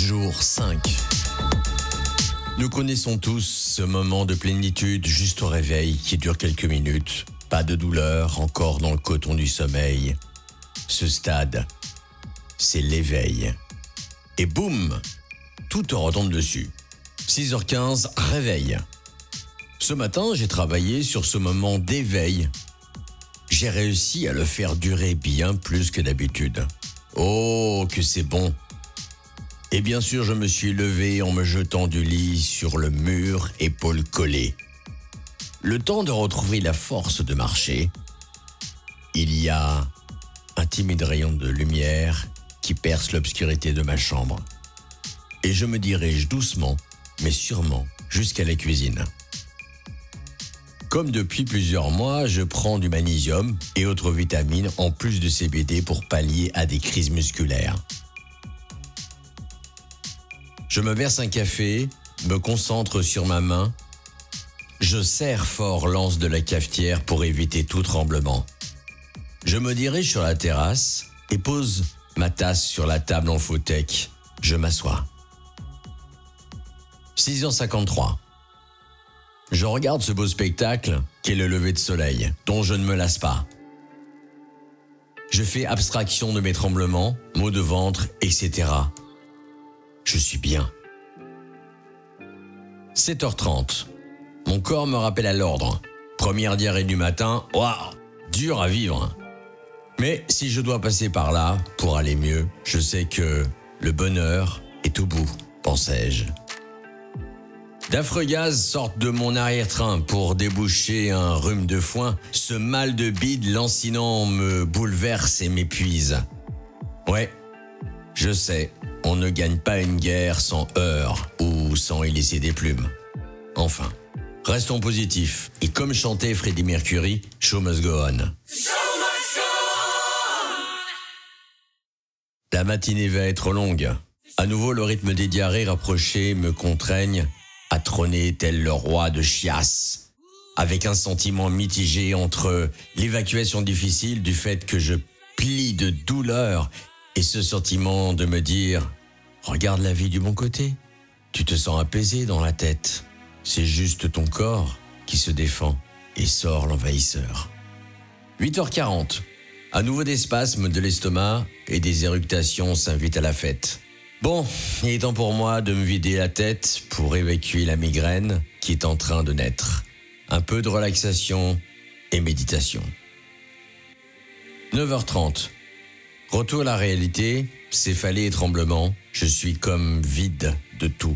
Jour 5. Nous connaissons tous ce moment de plénitude juste au réveil qui dure quelques minutes. Pas de douleur, encore dans le coton du sommeil. Ce stade, c'est l'éveil. Et boum, tout te retombe dessus. 6h15, réveil. Ce matin, j'ai travaillé sur ce moment d'éveil. J'ai réussi à le faire durer bien plus que d'habitude. Oh, que c'est bon! Et bien sûr, je me suis levé en me jetant du lit sur le mur, épaules collées. Le temps de retrouver la force de marcher. Il y a un timide rayon de lumière qui perce l'obscurité de ma chambre. Et je me dirige doucement, mais sûrement, jusqu'à la cuisine. Comme depuis plusieurs mois, je prends du magnésium et autres vitamines en plus de CBD pour pallier à des crises musculaires. Je me verse un café, me concentre sur ma main. Je serre fort l'anse de la cafetière pour éviter tout tremblement. Je me dirige sur la terrasse et pose ma tasse sur la table en fauteuil. Je m'assois. 6h53. Je regarde ce beau spectacle qu'est le lever de soleil, dont je ne me lasse pas. Je fais abstraction de mes tremblements, maux de ventre, etc. Je suis bien. 7h30. Mon corps me rappelle à l'ordre. Première diarrhée du matin, waouh, dur à vivre. Mais si je dois passer par là pour aller mieux, je sais que le bonheur est au bout, pensais-je. D'affreux gaz sortent de mon arrière-train pour déboucher un rhume de foin. Ce mal de bide lancinant me bouleverse et m'épuise. Ouais, je sais, on ne gagne pas une guerre sans heurts ou sans y laisser des plumes. Enfin, restons positifs. Et comme chantait Freddie Mercury, show must go on. La matinée va être longue. À nouveau, le rythme des diarrhées rapprochées me contraigne à trôner tel le roi de chiasse, avec un sentiment mitigé entre l'évacuation difficile du fait que je plie de douleur et ce sentiment de me dire « Regarde la vie du bon côté, tu te sens apaisé dans la tête. C'est juste ton corps qui se défend et sort l'envahisseur. » 8h40. À nouveau des spasmes de l'estomac et des éructations s'invitent à la fête. Bon, il est temps pour moi de me vider la tête pour évacuer la migraine qui est en train de naître. Un peu de relaxation et méditation. 9h30. Retour à la réalité, céphalée et tremblement, je suis comme vide de tout.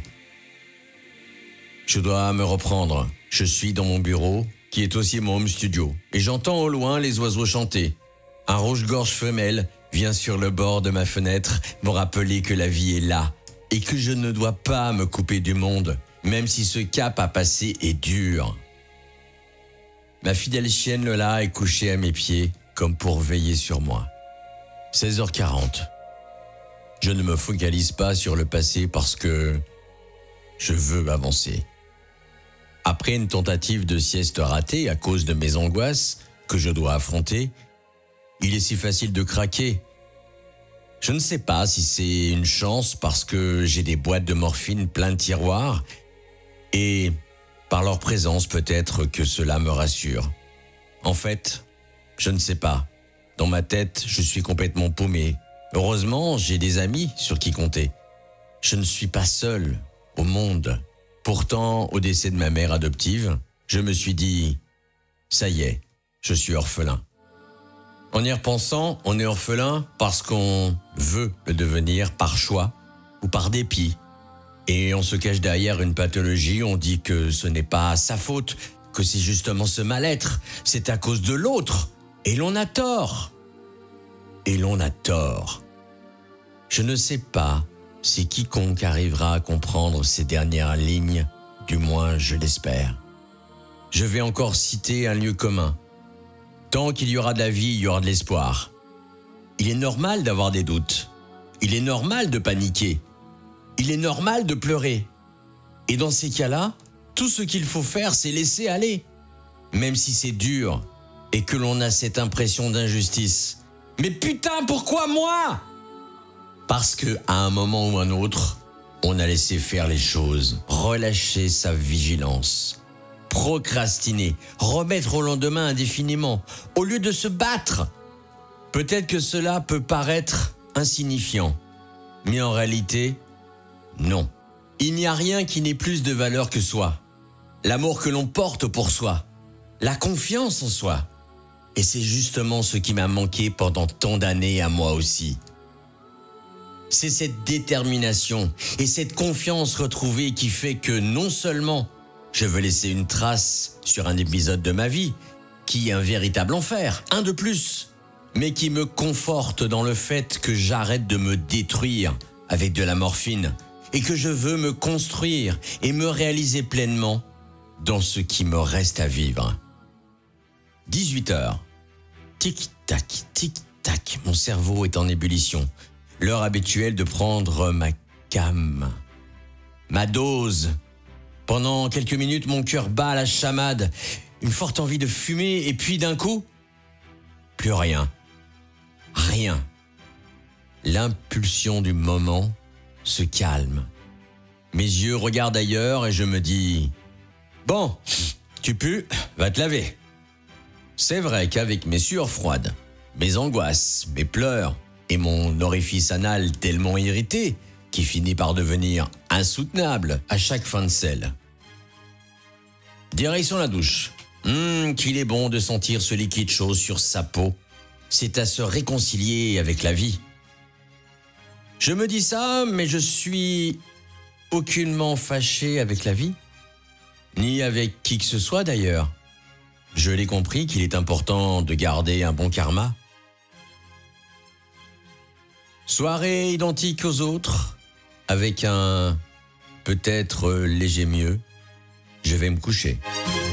Je dois me reprendre. Je suis dans mon bureau, qui est aussi mon home studio, et j'entends au loin les oiseaux chanter. Un rouge-gorge femelle vient sur le bord de ma fenêtre me rappeler que la vie est là et que je ne dois pas me couper du monde, même si ce cap à passer est dur. Ma fidèle chienne Lola est couchée à mes pieds comme pour veiller sur moi. 16h40. Je ne me focalise pas sur le passé parce que je veux avancer. Après une tentative de sieste ratée à cause de mes angoisses que je dois affronter, il est si facile de craquer. Je ne sais pas si c'est une chance parce que j'ai des boîtes de morphine plein de tiroirs et par leur présence peut-être que cela me rassure. En fait, je ne sais pas. Dans ma tête, je suis complètement paumé. Heureusement, j'ai des amis sur qui compter. Je ne suis pas seul au monde. Pourtant, au décès de ma mère adoptive, je me suis dit « Ça y est, je suis orphelin ». En y repensant, on est orphelin parce qu'on veut le devenir par choix ou par dépit. Et on se cache derrière une pathologie, on dit que ce n'est pas sa faute, que c'est justement ce mal-être, c'est à cause de l'autre. Et l'on a tort. Et l'on a tort. Je ne sais pas si quiconque arrivera à comprendre ces dernières lignes, du moins je l'espère. Je vais encore citer un lieu commun. Tant qu'il y aura de la vie, il y aura de l'espoir. Il est normal d'avoir des doutes. Il est normal de paniquer. Il est normal de pleurer. Et dans ces cas-là, tout ce qu'il faut faire, c'est laisser aller. Même si c'est dur et que l'on a cette impression d'injustice. Mais putain, pourquoi moi ? Parce que à un moment ou un autre, On a laissé faire les choses, relâché sa vigilance, procrastiner, remettre au lendemain indéfiniment, au lieu de se battre. Peut-être que cela peut paraître insignifiant, mais en réalité, non. Il n'y a rien qui n'ait plus de valeur que soi. L'amour que l'on porte pour soi, la confiance en soi. Et c'est justement ce qui m'a manqué pendant tant d'années à moi aussi. C'est cette détermination et cette confiance retrouvée qui fait que non seulement je veux laisser une trace sur un épisode de ma vie, qui est un véritable enfer, un de plus, mais qui me conforte dans le fait que j'arrête de me détruire avec de la morphine et que je veux me construire et me réaliser pleinement dans ce qui me reste à vivre. 18h. Tic-tac, tic-tac, mon cerveau est en ébullition. L'heure habituelle de prendre ma came, ma dose. Pendant quelques minutes, mon cœur bat à la chamade, une forte envie de fumer, et puis d'un coup, plus rien. Rien. L'impulsion du moment se calme. Mes yeux regardent ailleurs et je me dis « Bon, tu pues, va te laver ». C'est vrai qu'avec mes sueurs froides, mes angoisses, mes pleurs et mon orifice anal tellement irrité qui finit par devenir insoutenable à chaque fin de selle. Direction la douche. Qu'il est bon de sentir ce liquide chaud sur sa peau. C'est à se réconcilier avec la vie. Je me dis ça, mais je suis aucunement fâché avec la vie, ni avec qui que ce soit d'ailleurs. Je l'ai compris qu'il est important de garder un bon karma. Soirée identique aux autres, avec un peut-être léger mieux. Je vais me coucher.